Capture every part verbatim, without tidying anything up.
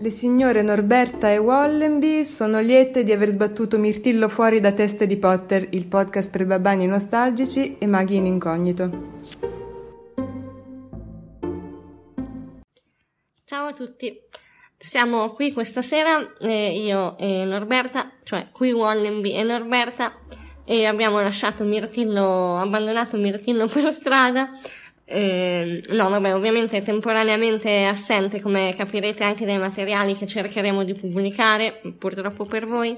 Le signore Norberta e Wallenby sono liete di aver sbattuto Mirtillo fuori da Teste di Potter, il podcast per babbani nostalgici e maghi in incognito. Ciao a tutti, siamo qui questa sera, eh, io e Norberta, cioè qui Wallenby e Norberta, e abbiamo lasciato Mirtillo, abbandonato Mirtillo per strada. Eh, no vabbè, ovviamente è temporaneamente assente, come capirete anche dai materiali che cercheremo di pubblicare, purtroppo per voi,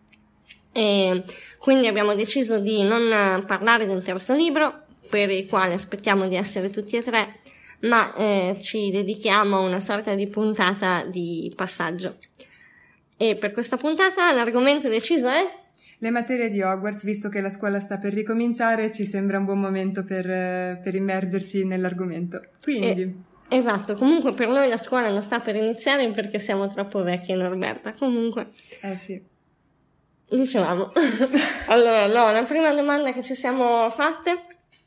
e quindi abbiamo deciso di non parlare del terzo libro, per il quale aspettiamo di essere tutti e tre, ma eh, ci dedichiamo a una sorta di puntata di passaggio. E per questa puntata l'argomento deciso è le materie di Hogwarts, visto che la scuola sta per ricominciare, ci sembra un buon momento per, per immergerci nell'argomento. Quindi... Eh, esatto, comunque per noi la scuola non sta per iniziare perché siamo troppo vecchie, Norberta. Comunque... Eh sì. Dicevamo. Allora, no, la prima domanda che ci siamo fatte,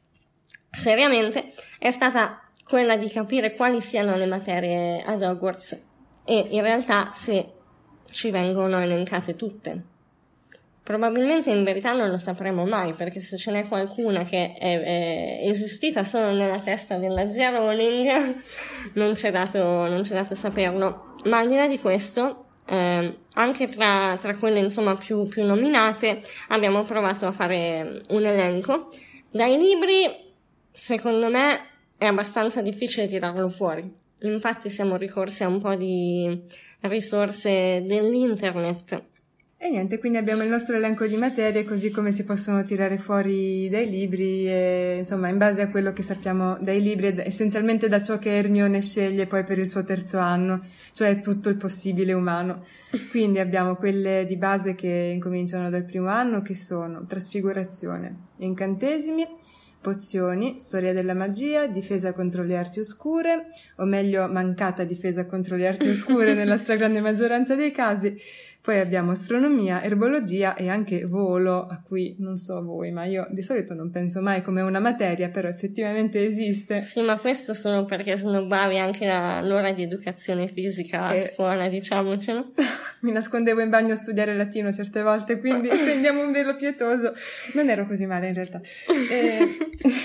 seriamente, è stata quella di capire quali siano le materie ad Hogwarts. E in realtà se ci vengono elencate tutte. Probabilmente in verità non lo sapremo mai, perché se ce n'è qualcuna che è, è esistita solo nella testa della zia Rowling non c'è dato, non c'è dato saperlo. Ma al di là di questo, eh, anche tra, tra quelle insomma più, più nominate abbiamo provato a fare un elenco. Dai libri, secondo me, è abbastanza difficile tirarlo fuori. Infatti siamo ricorsi a un po' di risorse dell'internet. E niente, quindi abbiamo il nostro elenco di materie, così come si possono tirare fuori dai libri, e, insomma, in base a quello che sappiamo dai libri, essenzialmente da ciò che Hermione sceglie poi per il suo terzo anno, cioè tutto il possibile umano. Quindi abbiamo quelle di base che incominciano dal primo anno, che sono trasfigurazione, incantesimi, pozioni, storia della magia, difesa contro le arti oscure, o meglio mancata difesa contro le arti oscure nella stragrande maggioranza dei casi. Poi abbiamo astronomia, erbologia e anche volo, a cui non so voi, ma io di solito non penso mai come una materia, però effettivamente esiste. Sì, ma questo solo perché snobbavi anche la, l'ora di educazione fisica a eh, scuola, diciamocelo. Mi nascondevo in bagno a studiare latino certe volte, quindi stendiamo un velo pietoso. Non ero così male in realtà. E...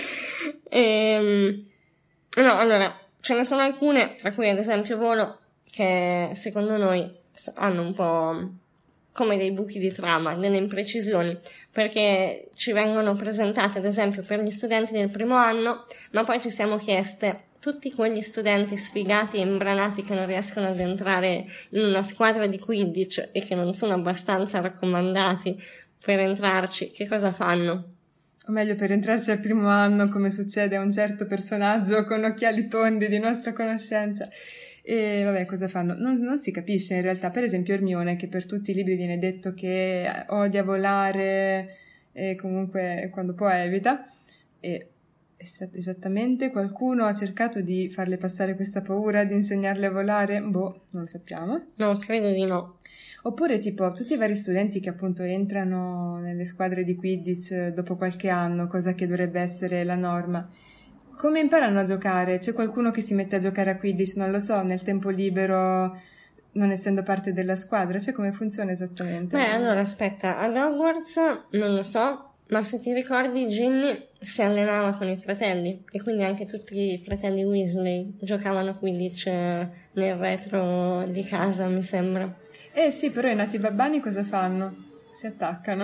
ehm, no, allora, ce ne sono alcune, tra cui ad esempio volo, che secondo noi hanno un po' come dei buchi di trama, delle imprecisioni, perché ci vengono presentate ad esempio per gli studenti del primo anno, ma poi ci siamo chieste, tutti quegli studenti sfigati e imbranati che non riescono ad entrare in una squadra di Quidditch e che non sono abbastanza raccomandati per entrarci, che cosa fanno? O meglio, per entrarci al primo anno, come succede a un certo personaggio con occhiali tondi di nostra conoscenza. E vabbè, cosa fanno? Non, non si capisce in realtà. Per esempio Hermione, che per tutti i libri viene detto che odia volare e comunque quando può evita, e esattamente qualcuno ha cercato di farle passare questa paura, di insegnarle a volare? Boh, non lo sappiamo. No, credo di no. Oppure tipo tutti i vari studenti che appunto entrano nelle squadre di Quidditch dopo qualche anno, cosa che dovrebbe essere la norma. Come imparano a giocare? C'è qualcuno che si mette a giocare a Quidditch, non lo so, nel tempo libero, non essendo parte della squadra? Cioè, come funziona esattamente? Beh, allora, aspetta, ad Hogwarts non lo so, ma se ti ricordi Ginny si allenava con i fratelli, e quindi anche tutti i fratelli Weasley giocavano a Quidditch nel retro di casa, mi sembra. Eh sì, però i nati babbani cosa fanno? Si attaccano.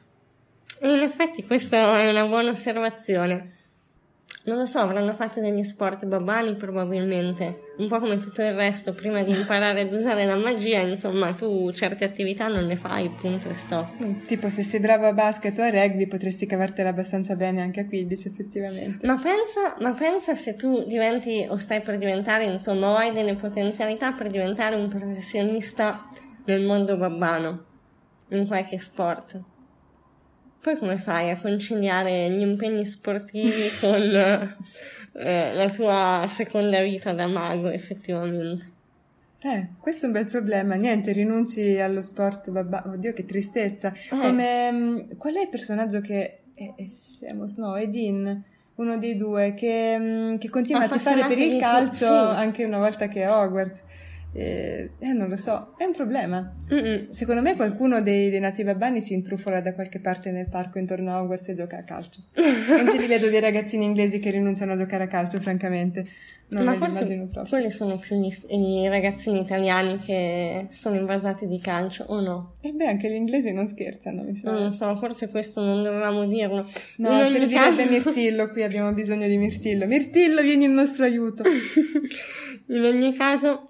E in effetti questa è una buona osservazione. Non lo so, avranno fatto degli sport babbani probabilmente, un po' come tutto il resto, prima di imparare ad usare la magia, insomma, tu certe attività non le fai, punto e stop. Tipo, se sei bravo a basket o a rugby potresti cavartela abbastanza bene anche a Quidditch, effettivamente. Ma pensa, ma pensa se tu diventi o stai per diventare, insomma, o hai delle potenzialità per diventare un professionista nel mondo babbano, in qualche sport. Poi come fai a conciliare gli impegni sportivi con eh, la tua seconda vita da mago, effettivamente? Eh, questo è un bel problema. Niente, rinunci allo sport babà. Oddio, che tristezza. Eh. Come, qual è il personaggio che è, è Seamus, no, è Dean, uno dei due, che, che continua a tifare per il calcio, sì, anche una volta che è a Hogwarts. Eh, eh, non lo so, è un problema. Mm-mm. Secondo me qualcuno dei, dei nati babbani si intrufola da qualche parte nel parco intorno a Hogwarts e gioca a calcio. Non ce li vedo dei ragazzini inglesi che rinunciano a giocare a calcio, francamente. Non Ma me li forse immagino proprio. quelli sono più gli, i ragazzini italiani che sono invasati di calcio, o no? E beh, anche gli inglesi non scherzano, mi sa. Non lo so, forse questo non dovevamo dirlo. No, In ogni servirebbe caso... Mirtillo, qui abbiamo bisogno di Mirtillo. Mirtillo, vieni in nostro aiuto. In ogni caso,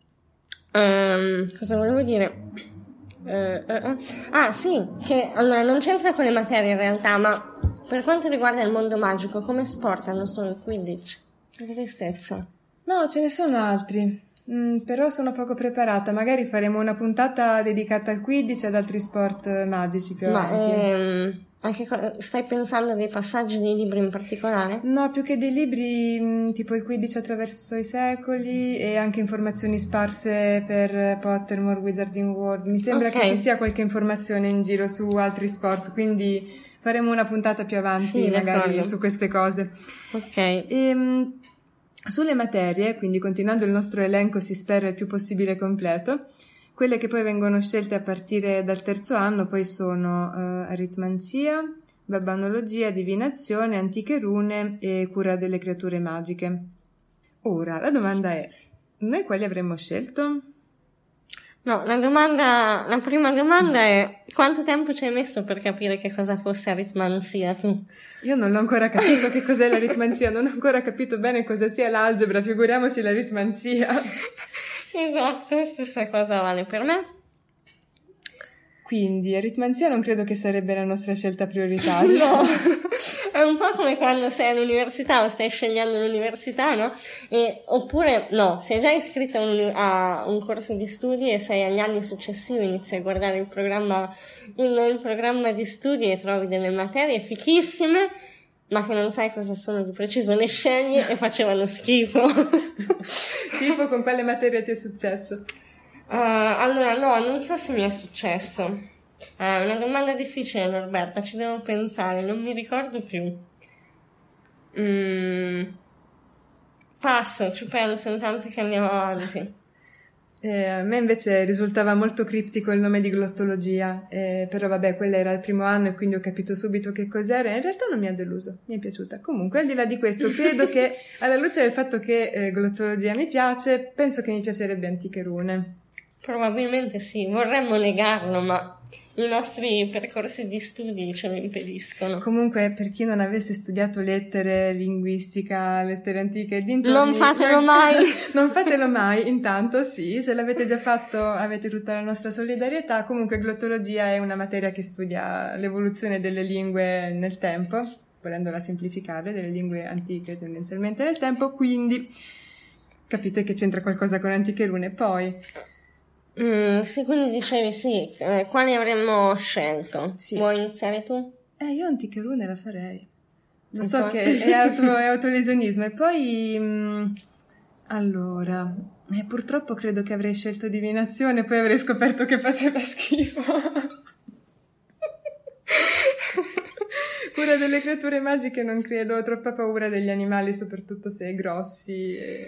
um, cosa volevo dire? Uh, uh, uh. Ah, sì, che allora non c'entra con le materie in realtà, ma per quanto riguarda il mondo magico, come sport hanno solo il Quidditch? Che tristezza. No, ce ne sono altri, mm, però sono poco preparata. Magari faremo una puntata dedicata al Quidditch e ad altri sport magici più Ma avanti. ehm, a che co- stai pensando a dei passaggi di libri in particolare? No, più che dei libri, mm, tipo il Quidditch attraverso i secoli e anche informazioni sparse per Pottermore, Wizarding World. Mi sembra Ok. che ci sia qualche informazione in giro su altri sport, quindi faremo una puntata più avanti Sì, magari d'accordo. su queste cose. Ok. Ehm, sulle materie, quindi continuando il nostro elenco si spera il più possibile completo, quelle che poi vengono scelte a partire dal terzo anno poi sono eh, aritmanzia, babbanologia, divinazione, antiche rune e cura delle creature magiche. Ora, la domanda è, noi quali avremmo scelto? No, la domanda, la prima domanda è quanto tempo ci hai messo per capire che cosa fosse aritmanzia tu? Io non l'ho ancora capito che cos'è l'aritmanzia, non ho ancora capito bene cosa sia l'algebra, figuriamoci l'aritmanzia. Esatto, stessa cosa vale per me. Quindi, aritmanzia non credo che sarebbe la nostra scelta prioritaria. No, è un po' come quando sei all'università o stai scegliendo l'università, no? E, oppure, no, sei già iscritto a un, a un corso di studi e sei agli anni successivi, inizi a guardare il programma, il, il programma di studi e trovi delle materie fichissime, ma che non sai cosa sono di preciso, le scegli e facevano schifo. Tipo, con quale materia ti è successo? Uh, allora, no, non so se mi è successo. È uh, una domanda difficile, Norberta, ci devo pensare, non mi ricordo più. Mm, passo, ci penso intanto che andiamo avanti. Eh, a me invece risultava molto criptico il nome di glottologia, eh, però vabbè, quello era il primo anno e quindi ho capito subito che cos'era e in realtà non mi ha deluso, mi è piaciuta. Comunque, al di là di questo, credo che alla luce del fatto che eh, glottologia mi piace, penso che mi piacerebbe antiche rune. Probabilmente sì, vorremmo negarlo, ma i nostri percorsi di studi ce lo impediscono. Comunque, per chi non avesse studiato lettere, linguistica, lettere antiche e dintorni... Non fatelo mai! Non fatelo mai, intanto sì, se l'avete già fatto avete tutta la nostra solidarietà. Comunque, glottologia è una materia che studia l'evoluzione delle lingue nel tempo, volendola semplificare, delle lingue antiche tendenzialmente nel tempo, quindi capite che c'entra qualcosa con antiche rune. Poi... Mm, sì, quindi dicevi sì, eh, quali avremmo scelto? Sì. Vuoi iniziare tu? Eh, io antiche rune la farei. Lo Un so po'. che è, auto, è autolesionismo. E poi, mh, allora, eh, purtroppo credo che avrei scelto divinazione, poi avrei scoperto che faceva schifo. Cura delle creature magiche non credo, ho troppa paura degli animali, soprattutto se grossi. E...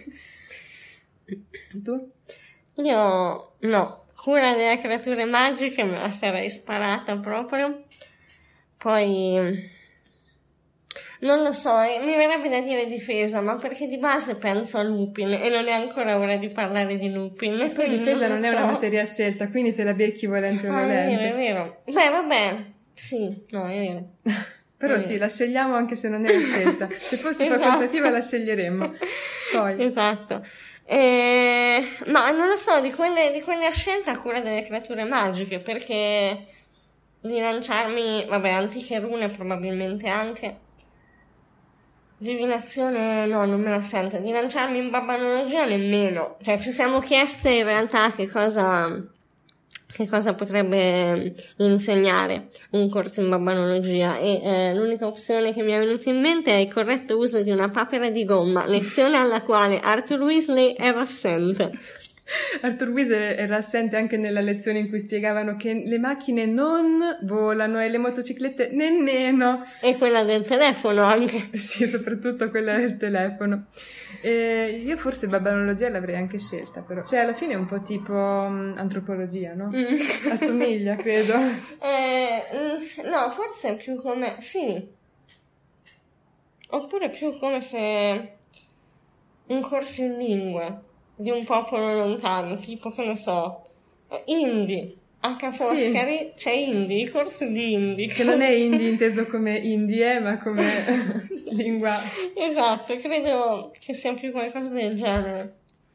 Tu? Io no, cura delle creature magiche me la sarei sparata proprio. Poi non lo so, eh, mi verrebbe da dire difesa, ma perché di base penso a Lupin e non è ancora ora di parlare di Lupin. E poi difesa non, non è so. una materia a scelta, quindi te la becchi volente o Ah, è nolente. vero, è vero. Beh, vabbè, sì, no, è vero. Però è sì, vero. la scegliamo anche se non è una scelta. Se fosse Esatto. facoltativa la sceglieremmo. Poi. Esatto. Eh, ma non lo so, di quelle, di quelle a scelta a cura delle creature magiche, perché di lanciarmi, vabbè, antiche rune probabilmente anche, divinazione no, non me la sento, di lanciarmi in babbanologia nemmeno, cioè ci siamo chieste in realtà che cosa... che cosa potrebbe insegnare un corso in babbanologia e eh, l'unica opzione che mi è venuta in mente è il corretto uso di una papera di gomma, lezione alla quale Arthur Weasley era assente. Arthur Weasley era assente anche nella lezione in cui spiegavano che le macchine non volano e le motociclette nemmeno. E quella del telefono anche. Sì, soprattutto quella del telefono. E io forse babbanologia l'avrei anche scelta, però. Cioè, alla fine è un po' tipo um, antropologia, no? Mm. Assomiglia, credo. Eh, no, forse è più come... Sì. Oppure più come se... un corso in lingue di un popolo lontano, tipo, che ne so, Indi. A Ca' Foscari sì. C'è Indi, il corso di Indi. Che non è Indi inteso come Indie, ma come lingua. Esatto, credo che sia più qualcosa del genere.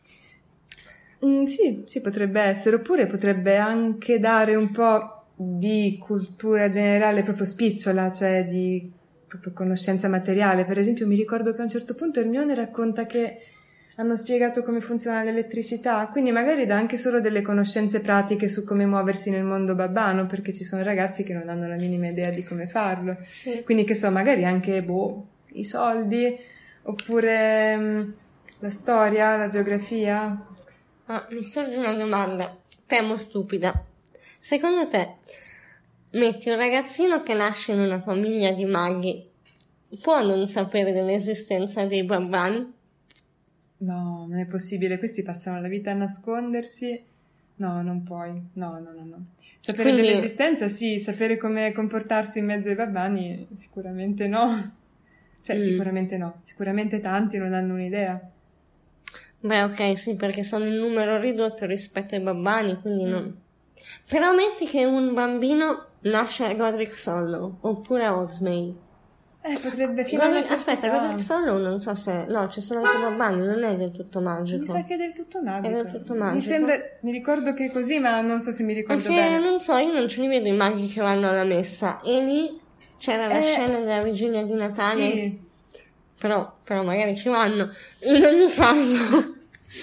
Mm, sì, sì, potrebbe essere. Oppure potrebbe anche dare un po' di cultura generale proprio spicciola, cioè di proprio conoscenza materiale. Per esempio, mi ricordo che a un certo punto Hermione racconta che hanno spiegato come funziona l'elettricità, quindi magari dà anche solo delle conoscenze pratiche su come muoversi nel mondo babbano, perché ci sono ragazzi che non hanno la minima idea di come farlo. Sì. Quindi, che so, magari anche, boh, i soldi, oppure mh, la storia, la geografia. Ah, mi sorge una domanda, temo stupida. Secondo te, metti un ragazzino che nasce in una famiglia di maghi, può non sapere dell'esistenza dei babbani? No, non è possibile, questi passano la vita a nascondersi. No, non puoi. No, no, no, no. Sapere Quindi... dell'esistenza sì, sapere come comportarsi in mezzo ai babbani sicuramente no. Cioè, mm. sicuramente no. Sicuramente tanti non hanno un'idea. Beh, ok, sì, perché sono in numero ridotto rispetto ai babbani, quindi mm. non... Però metti che un bambino nasce a Godric Hollow, oppure a Hogsmeade. Eh, potrebbe fino Godric... Aspetta, Godric Hollow non so se... No, ci sono anche babbani, non è del tutto magico. Mi sa che è del tutto magico. È del tutto magico. Mi sembra... Mi ricordo che è così, ma non so se mi ricordo perché, bene. non so, io non ce li vedo i maghi che vanno alla messa. E lì c'era la eh... scena della vigilia di Natale. Sì. Però, però magari ci vanno. In ogni caso...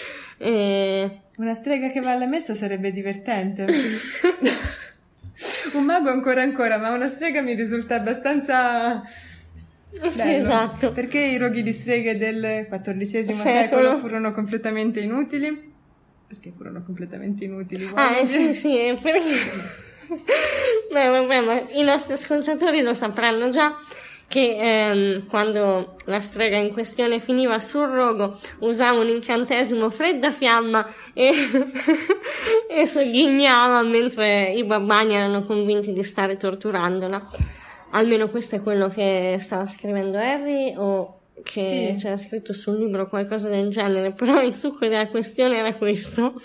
e... Una strega che va alla messa sarebbe divertente. Un mago ancora ancora, ma una strega mi risulta abbastanza... Bello, sì, esatto. Perché i roghi di streghe del quattordicesimo secolo. secolo furono completamente inutili? Perché furono completamente inutili? Ah, eh, sì, sì, perché... Beh, vabbè, ma i nostri ascoltatori lo sapranno già che ehm, quando la strega in questione finiva sul rogo usava un incantesimo fredda fiamma e, e sogghignava mentre i babbani erano convinti di stare torturandola. Almeno questo è quello che stava scrivendo Harry, o che sì. C'era scritto sul libro qualcosa del genere, però il succo della questione era questo.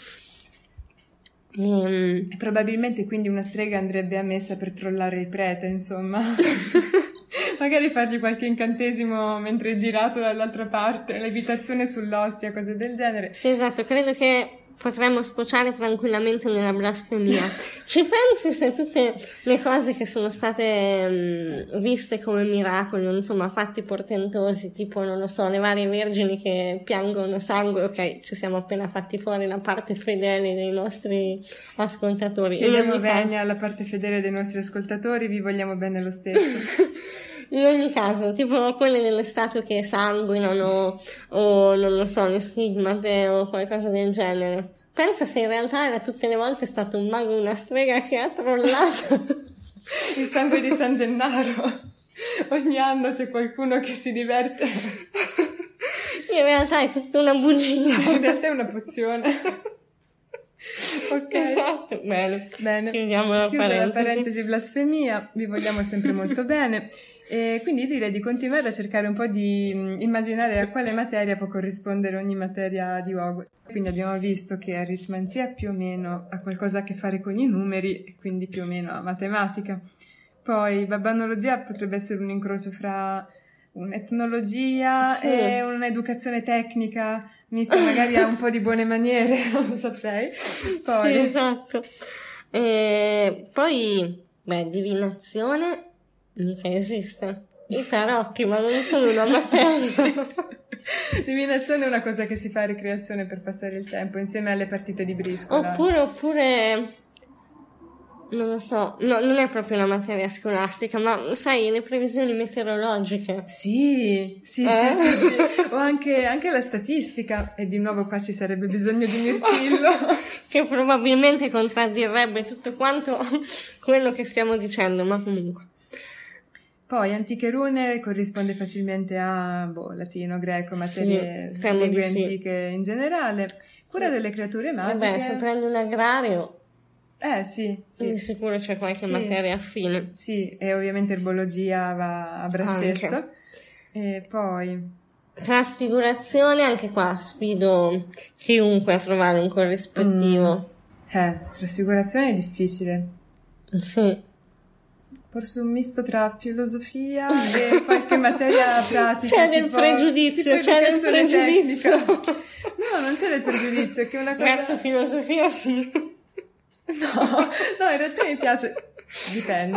E, e probabilmente quindi una strega andrebbe a messa per trollare il prete, insomma. Magari fargli qualche incantesimo mentre è girato dall'altra parte, levitazione sull'ostia, cose del genere. Sì, esatto, credo che potremmo sfociare tranquillamente nella blasfemia. Ci pensi se tutte le cose che sono state um, viste come miracoli, insomma fatti portentosi, tipo non lo so, le varie vergini che piangono sangue, ok, ci siamo appena fatti fuori la parte fedele dei nostri ascoltatori. Chiediamo venia alla parte fedele dei nostri ascoltatori, vi vogliamo bene lo stesso. In ogni caso, tipo quelle delle statue che sanguinano o non lo so, le stigmate o qualcosa del genere. Pensa se in realtà era tutte le volte stato un mago o una strega che ha trollato il sangue di San Gennaro. Ogni anno c'è qualcuno che si diverte. In realtà è tutta una bugia. In realtà è una pozione. Ok, esatto, bene, bene. Chiudiamo la Chiusa parentesi. la parentesi blasfemia, vi vogliamo sempre molto bene e quindi direi di continuare a cercare un po' di mh, immaginare a quale materia può corrispondere ogni materia di Hogwarts. Quindi abbiamo visto che aritmanzia più o meno ha qualcosa a che fare con i numeri e quindi più o meno a matematica. Poi babbanologia potrebbe essere un incrocio fra un'etnologia sì. e un'educazione tecnica mista magari a un po' di buone maniere, non lo saprei. Poi... Sì, esatto. E poi, beh, divinazione mica esiste. I tarocchi, ma non sono una materia. Sì. Divinazione è una cosa che si fa a ricreazione per passare il tempo, insieme alle partite di briscola. Oppure, oppure... non lo so, no, non è proprio una materia scolastica, ma sai, le previsioni meteorologiche. Sì, sì, Eh? sì, sì, sì. O anche, anche la statistica, e di nuovo qua ci sarebbe bisogno di Mirtillo. Che probabilmente contraddirebbe tutto quanto quello che stiamo dicendo, ma comunque. Poi antiche rune corrisponde facilmente a boh, latino, greco, materie, Sì, temo lingue di sì. antiche in generale. Cura delle creature magiche. Vabbè, se prendi un agrario, Eh sì, di sì. sicuro c'è qualche Sì. materia affine. Sì, e ovviamente erbologia va a braccetto. Anche. E poi Trasfigurazione, anche qua sfido chiunque a trovare un corrispettivo. eh, trasfigurazione è difficile. Sì. Forse un misto tra filosofia e qualche materia pratica. C'è del tipo- pregiudizio, tipo c'è del educazione pregiudizio. tecnica. No, non c'è del pregiudizio, è che una cosa... Verso filosofia sì. No, no, in realtà mi piace. Dipende.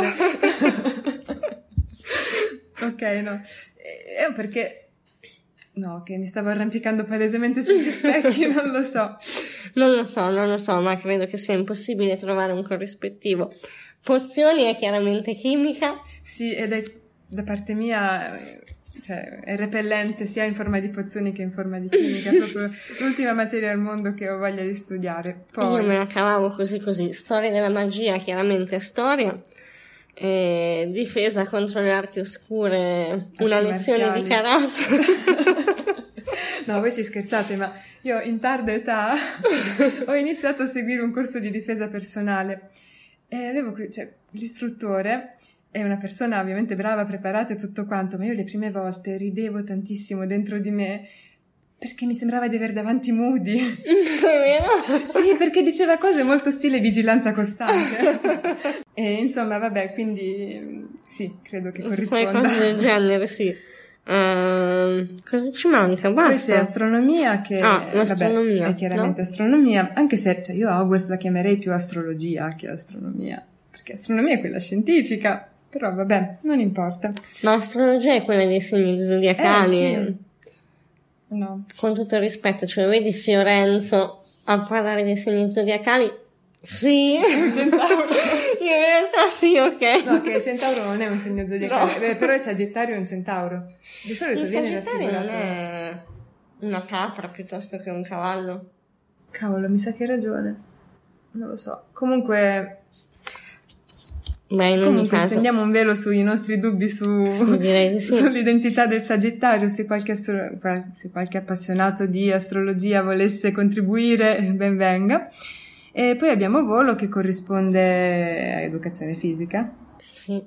Ok, no. È perché... No, che mi stavo arrampicando palesemente sugli specchi, non lo so. Non lo so, non lo so, ma credo che sia impossibile trovare un corrispettivo. Pozioni è chiaramente chimica. Sì, ed è da parte mia, eh, cioè, è repellente sia in forma di pozioni che in forma di chimica, è proprio l'ultima materia al mondo che ho voglia di studiare. Poi, Io me la cavavo così così. Storia della magia, chiaramente storia. E difesa contro le arti oscure, una Arti lezione di marziali. carattere. No, voi ci scherzate, ma io in tarda età ho iniziato a seguire un corso di difesa personale e avevo, qui- cioè, l'istruttore è una persona ovviamente brava, preparata e tutto quanto, ma io le prime volte ridevo tantissimo dentro di me perché mi sembrava di aver davanti Moody. È vero? Sì, perché diceva cose molto stile vigilanza costante. E insomma, vabbè, quindi sì, credo che corrisponda. Qualcosa del genere, sì. Ehm, cosa ci manca? Poi c'è Basta. astronomia che Ah, vabbè, l'astronomia, è chiaramente no? astronomia, anche se cioè, io a Hogwarts la chiamerei più astrologia che astronomia, perché astronomia è quella scientifica, però vabbè, non importa. Ma l'astrologia è quella dei segni zodiacali. Eh, sì. No. Con tutto il rispetto, cioè vedi Fiorenzo a parlare dei segni zodiacali? Sì. Un centauro. In realtà sì, ok. No, che il centauro non è un segno zodiacale, No. Beh, però il Sagittario è un centauro. Di solito Il viene Sagittario non raffigurato. è una capra piuttosto che un cavallo. Cavolo, mi sa che hai ragione. Non lo so. Comunque, Beh, in ogni comunque caso. stendiamo un velo sui nostri dubbi su, Sì, direi di sì. sull'identità del Sagittario. Se qualche, astro- qual- se qualche appassionato di astrologia volesse contribuire, ben venga. E poi abbiamo Volo che corrisponde a educazione fisica, Sì.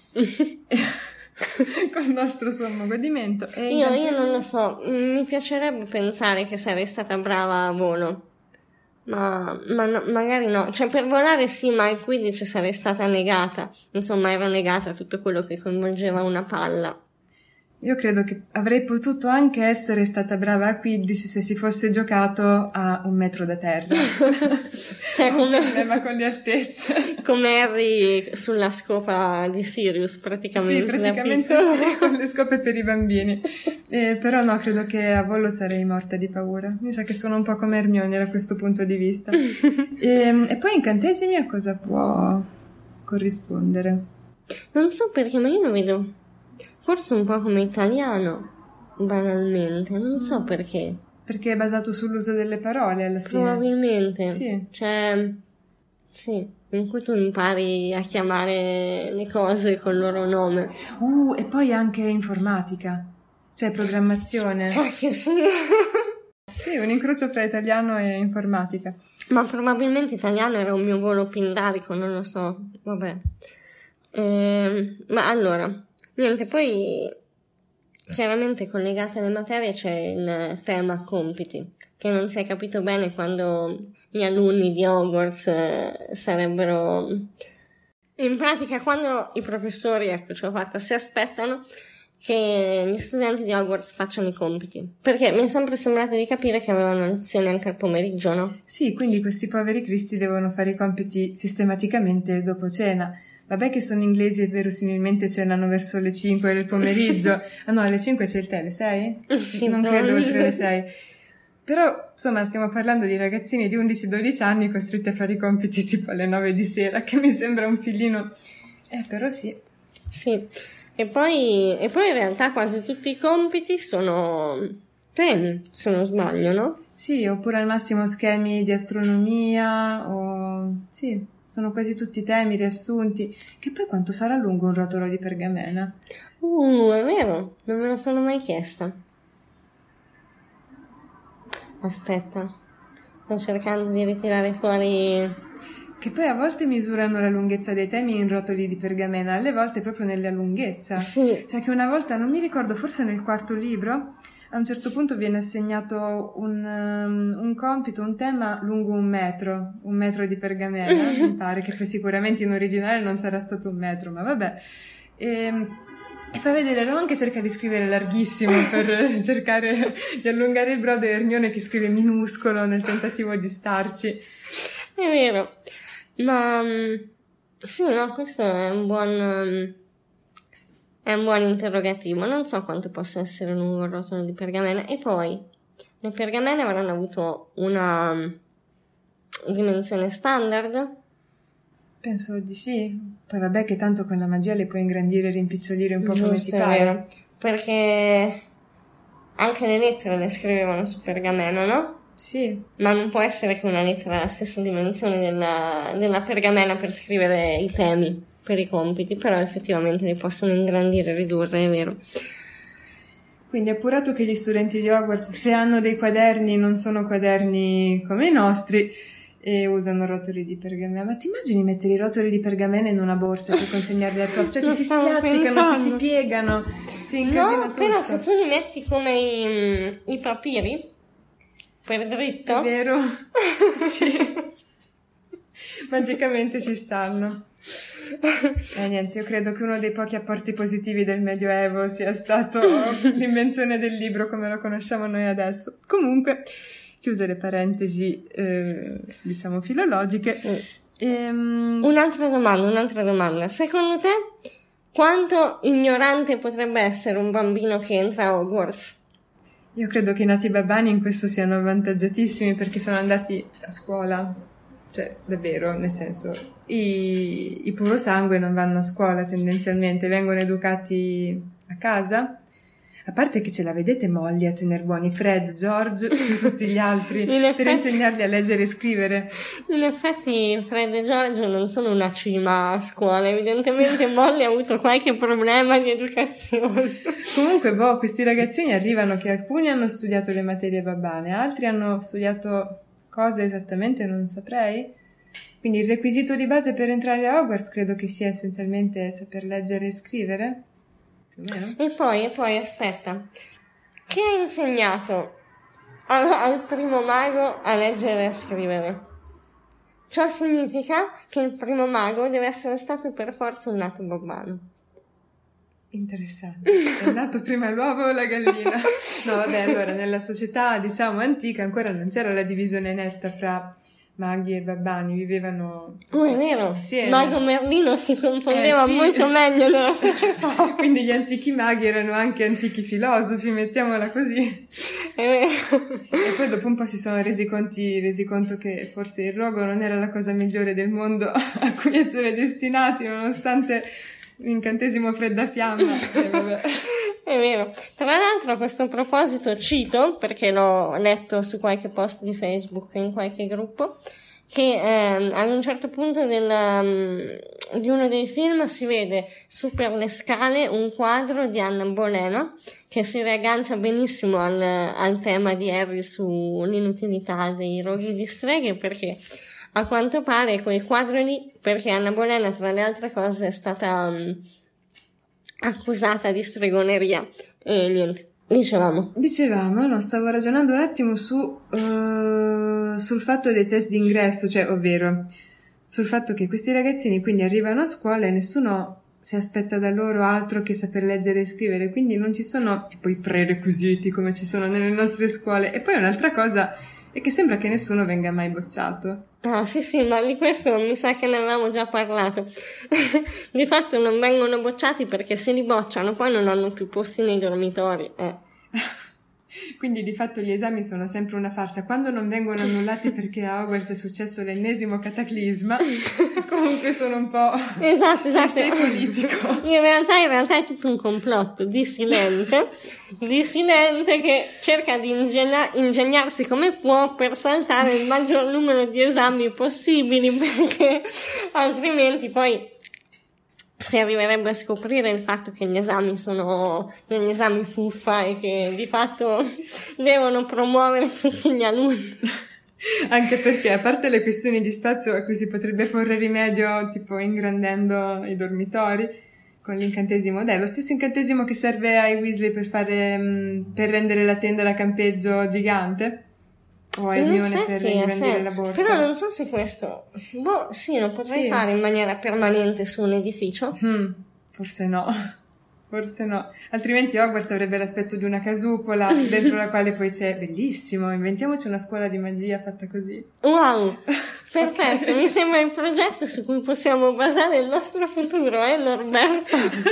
con il nostro sommo godimento. E Io, io incantesimi- non lo so, mm, mi piacerebbe pensare che sarei stata brava a volo, ma, ma no- magari no, cioè per volare sì, ma al Quidditch sarei stata negata, insomma ero negata a tutto quello che coinvolgeva una palla. Io credo che avrei potuto anche essere stata brava a Quidditch se si fosse giocato a un metro da terra. Cioè un come, problema con le altezze. come Harry sulla scopa di Sirius Sì, praticamente. da praticamente piccolo. sì, con le scope per i bambini. Eh, però no, credo che a volo sarei morta di paura. Mi sa che sono un po' come Hermione da questo punto di vista. E, e poi incantesimi a cosa può corrispondere? Non so perché, ma io lo vedo forse un po' come italiano, banalmente, non so perché. Perché è basato sull'uso delle parole alla fine. Probabilmente. Sì. Cioè, sì, in cui tu impari a chiamare le cose col loro nome. Uh, e poi anche informatica, cioè programmazione. Cacchio, sì. Sì, un incrocio fra italiano e informatica. Ma probabilmente italiano era un mio volo pindarico, non lo so. Vabbè. Ehm, ma allora, niente, poi chiaramente collegate alle materie c'è il tema compiti, che non si è capito bene quando gli alunni di Hogwarts eh, sarebbero... In pratica, quando i professori, ecco, ce l'ho fatta, si aspettano che gli studenti di Hogwarts facciano i compiti. Perché mi è sempre sembrato di capire che avevano lezioni anche al pomeriggio, no? Sì, quindi questi poveri cristi devono fare i compiti sistematicamente dopo cena. Vabbè che sono inglesi e verosimilmente cenano verso le cinque del pomeriggio. Ah no, alle cinque c'è il tè, alle sei? Sì, Non credo oltre le probabilmente. sei. Però, insomma, stiamo parlando di ragazzini di undici dodici anni costretti a fare i compiti tipo alle nove di sera, che mi sembra un filino... Eh, però sì. Sì, e poi, e poi in realtà quasi tutti i compiti sono temi, se non sbaglio, no? Sì, oppure al massimo schemi di astronomia, o... Sì, sono quasi tutti temi riassunti. Che poi quanto sarà lungo un rotolo di pergamena? Uh, è vero, non me lo sono mai chiesta. Aspetta, sto cercando di ritirare fuori... Che poi a volte misurano la lunghezza dei temi in rotoli di pergamena, alle volte proprio nella lunghezza. Sì. Cioè che una volta, non mi ricordo, forse nel quarto libro, a un certo punto viene assegnato un, um, un compito, un tema lungo un metro, un metro di pergamena, mi pare, che poi sicuramente in originale non sarà stato un metro, ma vabbè. E... E fa vedere, Ron che cerca di scrivere larghissimo per cercare di allungare il brodo, e Hermione che scrive minuscolo nel tentativo di starci. È vero, ma sì, no, questo è un buon è un buon interrogativo. Non so quanto possa essere lungo il rotolo di pergamena. E poi le pergamene avranno avuto una dimensione standard? Penso di sì. Poi vabbè che tanto con la magia le puoi ingrandire e rimpicciolire un po' come ti pare. Vero. Perché anche le lettere le scrivevano su pergamena, no? Sì. Ma non può essere che una lettera ha la stessa dimensione della, della pergamena per scrivere i temi per i compiti, però effettivamente li possono ingrandire e ridurre, è vero. Quindi appurato che gli studenti di Hogwarts, se hanno dei quaderni, non sono quaderni come i nostri, e usano rotoli di pergamena. Ma ti immagini mettere i rotoli di pergamena in una borsa per consegnarli al prof? Cioè ti si spiaccicano, ti si piegano, si incasina no, tutto. Però se tu li metti come i, i papiri, per dritto... È vero? Sì. Magicamente ci stanno. E niente, io credo che uno dei pochi apporti positivi del Medioevo sia stato l'invenzione del libro come lo conosciamo noi adesso. Comunque... chiuse le parentesi, eh, diciamo, filologiche. Sì. Ehm... Un'altra domanda, un'altra domanda. Secondo te, quanto ignorante potrebbe essere un bambino che entra a Hogwarts? Io credo che i nati babbani in questo siano avvantaggiatissimi perché sono andati a scuola. Cioè, davvero, nel senso, i, i puro sangue non vanno a scuola tendenzialmente, vengono educati a casa. A parte che ce la vedete Molly a tener buoni Fred, George e tutti gli altri per effetti, insegnarli a leggere e scrivere. In effetti Fred e George non sono una cima a scuola, evidentemente Molly ha avuto qualche problema di educazione. Comunque, boh, questi ragazzini arrivano che alcuni hanno studiato le materie babbane, altri hanno studiato cose esattamente non saprei. Quindi il requisito di base per entrare a Hogwarts credo che sia essenzialmente saper leggere e scrivere. E poi, e poi, aspetta, chi ha insegnato al, al primo mago a leggere e a scrivere? Ciò significa che il primo mago deve essere stato per forza un nato babbano. Interessante. È nato prima l'uovo o la gallina? No, vabbè, allora, nella società, diciamo, antica ancora non c'era la divisione netta fra maghi e babbani, vivevano oh, è vero, insieme. Mago Merlino si confondeva eh, sì. molto meglio nella società. Quindi gli antichi maghi erano anche antichi filosofi, mettiamola così. È vero. E poi dopo un po' si sono resi conti, resi conto che forse il rogo non era la cosa migliore del mondo a cui essere destinati, nonostante l'incantesimo fredda fiamma. E vabbè. È vero. Tra l'altro a questo proposito cito, perché l'ho letto su qualche post di Facebook in qualche gruppo, che eh, ad un certo punto del, um, di uno dei film si vede su per le scale un quadro di Anna Bolena che si riaggancia benissimo al, al tema di Harry sull'inutilità dei roghi di streghe, perché a quanto pare quel quadro lì, perché Anna Bolena tra le altre cose è stata um, accusata di stregoneria e niente, dicevamo dicevamo no, stavo ragionando un attimo su uh, sul fatto dei test d'ingresso, cioè ovvero sul fatto che questi ragazzini quindi arrivano a scuola e nessuno si aspetta da loro altro che saper leggere e scrivere, quindi non ci sono tipo i prerequisiti come ci sono nelle nostre scuole. E poi un'altra cosa è che sembra che nessuno venga mai bocciato. Ah, sì, sì, ma di questo mi sa che ne avevamo già parlato. Di fatto non vengono bocciati perché se li bocciano poi non hanno più posti nei dormitori. Eh. Quindi di fatto gli esami sono sempre una farsa. Quando non vengono annullati perché a Hogwarts è successo l'ennesimo cataclisma, comunque sono un po'... Esatto, esatto. Sei politico. In realtà, in realtà è tutto un complotto dissidente, dissidente che cerca di ingegna- ingegnarsi come può per saltare il maggior numero di esami possibili, perché altrimenti poi si arriverebbe a scoprire il fatto che gli esami sono degli esami fuffa e che di fatto devono promuovere tutti gli alunni. Anche perché, a parte le questioni di spazio a cui si potrebbe porre rimedio tipo ingrandendo i dormitori con l'incantesimo, dai, lo stesso incantesimo che serve ai Weasley per fare mh, per rendere la tenda da campeggio gigante, o a Hermione per ingrandire la borsa. Però non so se questo, boh, sì, lo potrei sì. fare in maniera permanente su un edificio. Hmm, forse no, forse no. Altrimenti Hogwarts avrebbe l'aspetto di una casupola dentro la quale poi c'è, bellissimo, inventiamoci una scuola di magia fatta così. Wow, perfetto, okay. Mi sembra il progetto su cui possiamo basare il nostro futuro, eh Norberto?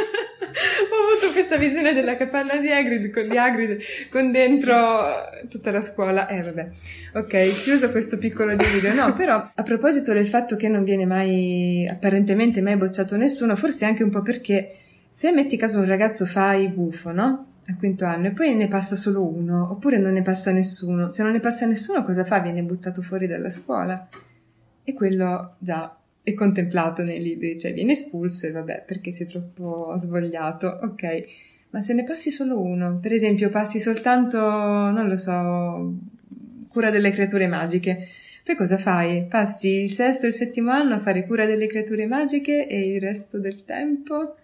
Ho avuto questa visione della capanna di Hagrid, con, di Hagrid con dentro tutta la scuola. Eh vabbè, ok, chiuso questo piccolo dividio. No, però a proposito del fatto che non viene mai, apparentemente mai bocciato nessuno, forse anche un po' perché se metti caso un ragazzo fa il gufo, no? Al quinto anno, e poi ne passa solo uno, oppure non ne passa nessuno. Se non ne passa nessuno, cosa fa? Viene buttato fuori dalla scuola. E quello già è contemplato nei libri, cioè viene espulso e vabbè, perché sei troppo svogliato, ok. Ma se ne passi solo uno, per esempio passi soltanto, non lo so, cura delle creature magiche, poi cosa fai? Passi il sesto e il settimo anno a fare cura delle creature magiche e il resto del tempo?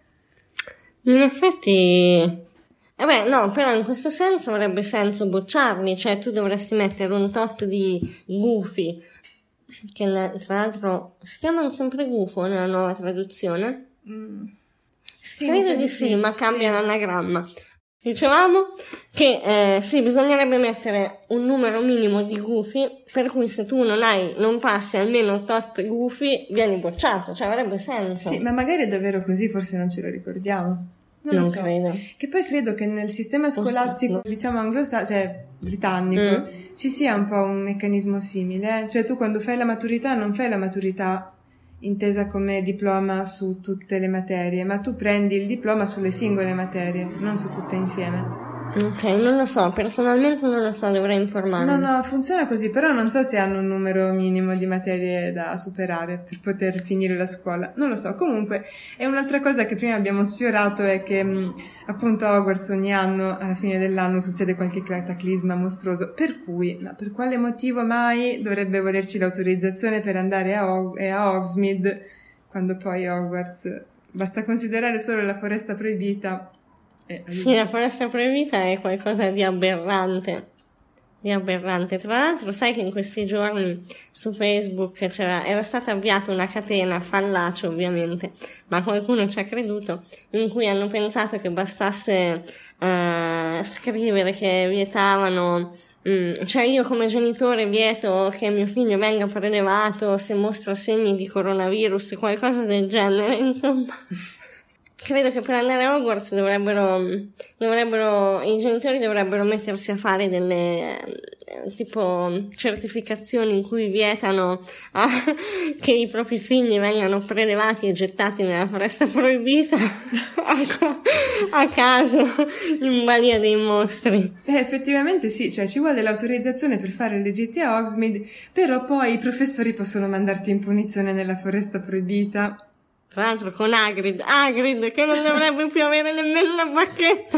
In effetti... Vabbè, no, però in questo senso avrebbe senso bocciarli, cioè tu dovresti mettere un tot di gufi, che tra l'altro si chiamano sempre gufo nella nuova traduzione? Mm. Sì, credo di sì, sì, ma cambia sì. L'anagramma. Dicevamo che eh, sì, bisognerebbe mettere un numero minimo di gufi, per cui se tu non hai, non passi almeno tot gufi, vieni bocciato, cioè avrebbe senso. Sì, ma magari è davvero così, forse non ce lo ricordiamo. Non, non lo so. credo. Che poi credo che nel sistema scolastico, sì, diciamo anglosassone, cioè britannico, mm. ci sia un po' un meccanismo simile. Cioè tu quando fai la maturità non fai la maturità intesa come diploma su tutte le materie, ma tu prendi il diploma sulle singole materie, non su tutte insieme. Ok, non lo so, personalmente non lo so, dovrei informarmi. No, no, funziona così, però non so se hanno un numero minimo di materie da superare per poter finire la scuola, non lo so. Comunque, è un'altra cosa che prima abbiamo sfiorato è che mh, appunto a Hogwarts ogni anno, alla fine dell'anno, succede qualche cataclisma mostruoso, per cui, ma per quale motivo mai dovrebbe volerci l'autorizzazione per andare a, Hog- a Hogsmeade, quando poi Hogwarts, basta considerare solo la foresta proibita. Eh, sì, la foresta proibita è qualcosa di aberrante, di aberrante. Tra l'altro sai che in questi giorni su Facebook c'era, era stata avviata una catena, fallace ovviamente, ma qualcuno ci ha creduto, in cui hanno pensato che bastasse uh, scrivere che vietavano, um, cioè io come genitore vieto che mio figlio venga prelevato se mostra segni di coronavirus, qualcosa del genere, insomma. Credo che per andare a Hogwarts dovrebbero, dovrebbero, i genitori dovrebbero mettersi a fare delle, eh, tipo, certificazioni in cui vietano ah, che i propri figli vengano prelevati e gettati nella foresta proibita a, a caso, in balia dei mostri. Eh, effettivamente sì, cioè ci vuole l'autorizzazione per fare le gite a Hogsmeade, però poi i professori possono mandarti in punizione nella foresta proibita. Tra l'altro con Hagrid, Hagrid che non dovrebbe più avere nemmeno una bacchetta.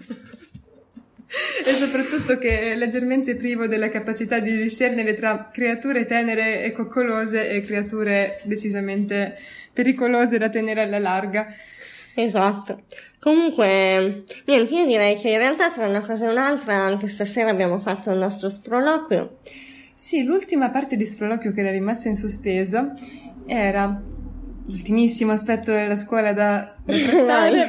E soprattutto che è leggermente privo della capacità di discernere tra creature tenere e coccolose e creature decisamente pericolose da tenere alla larga. Esatto. Comunque, niente, io direi che in realtà tra una cosa e un'altra anche stasera abbiamo fatto il nostro sproloquio. Sì, l'ultima parte di sproloquio che era rimasta in sospeso era... l'ultimissimo aspetto della scuola da, da trattare.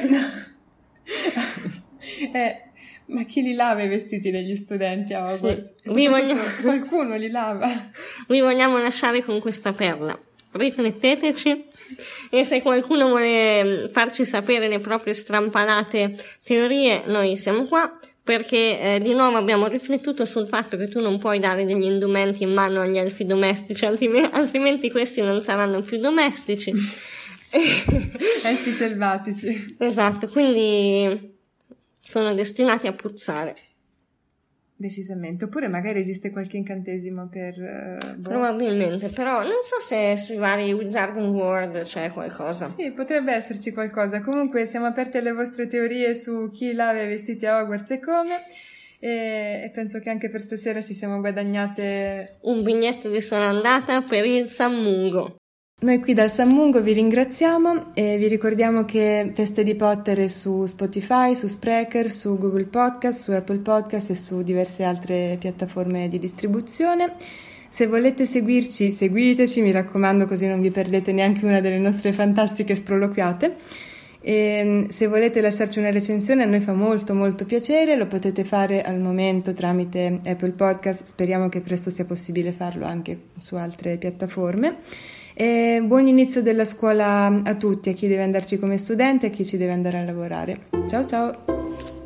eh, ma chi li lava i vestiti degli studenti a Hogwarts? Sì. Vogliamo... qualcuno li lava. Vi vogliamo lasciare con questa perla. Rifletteteci e se qualcuno vuole farci sapere le proprie strampalate teorie, noi siamo qua. perché eh, di nuovo abbiamo riflettuto sul fatto che tu non puoi dare degli indumenti in mano agli elfi domestici, altrimenti, altrimenti questi non saranno più domestici. Elfi selvatici. Esatto, quindi sono destinati a puzzare. Decisamente, oppure magari esiste qualche incantesimo per... Uh, boh. Probabilmente, però non so se sui vari Wizarding World c'è qualcosa. Sì, potrebbe esserci qualcosa. Comunque siamo aperti alle vostre teorie su chi lava i vestiti a Hogwarts e come, e, e penso che anche per stasera ci siamo guadagnate un biglietto di sola andata per il Sammungo. Noi qui dal Sammungo vi ringraziamo e vi ricordiamo che Teste di Potter è su Spotify, su Spreaker, su Google Podcast, su Apple Podcast e su diverse altre piattaforme di distribuzione. Se volete seguirci, seguiteci, mi raccomando, così non vi perdete neanche una delle nostre fantastiche sproloquiate. E se volete lasciarci una recensione, a noi fa molto molto piacere, lo potete fare al momento tramite Apple Podcast, speriamo che presto sia possibile farlo anche su altre piattaforme. E buon inizio della scuola a tutti, a chi deve andarci come studente e a chi ci deve andare a lavorare. Ciao ciao!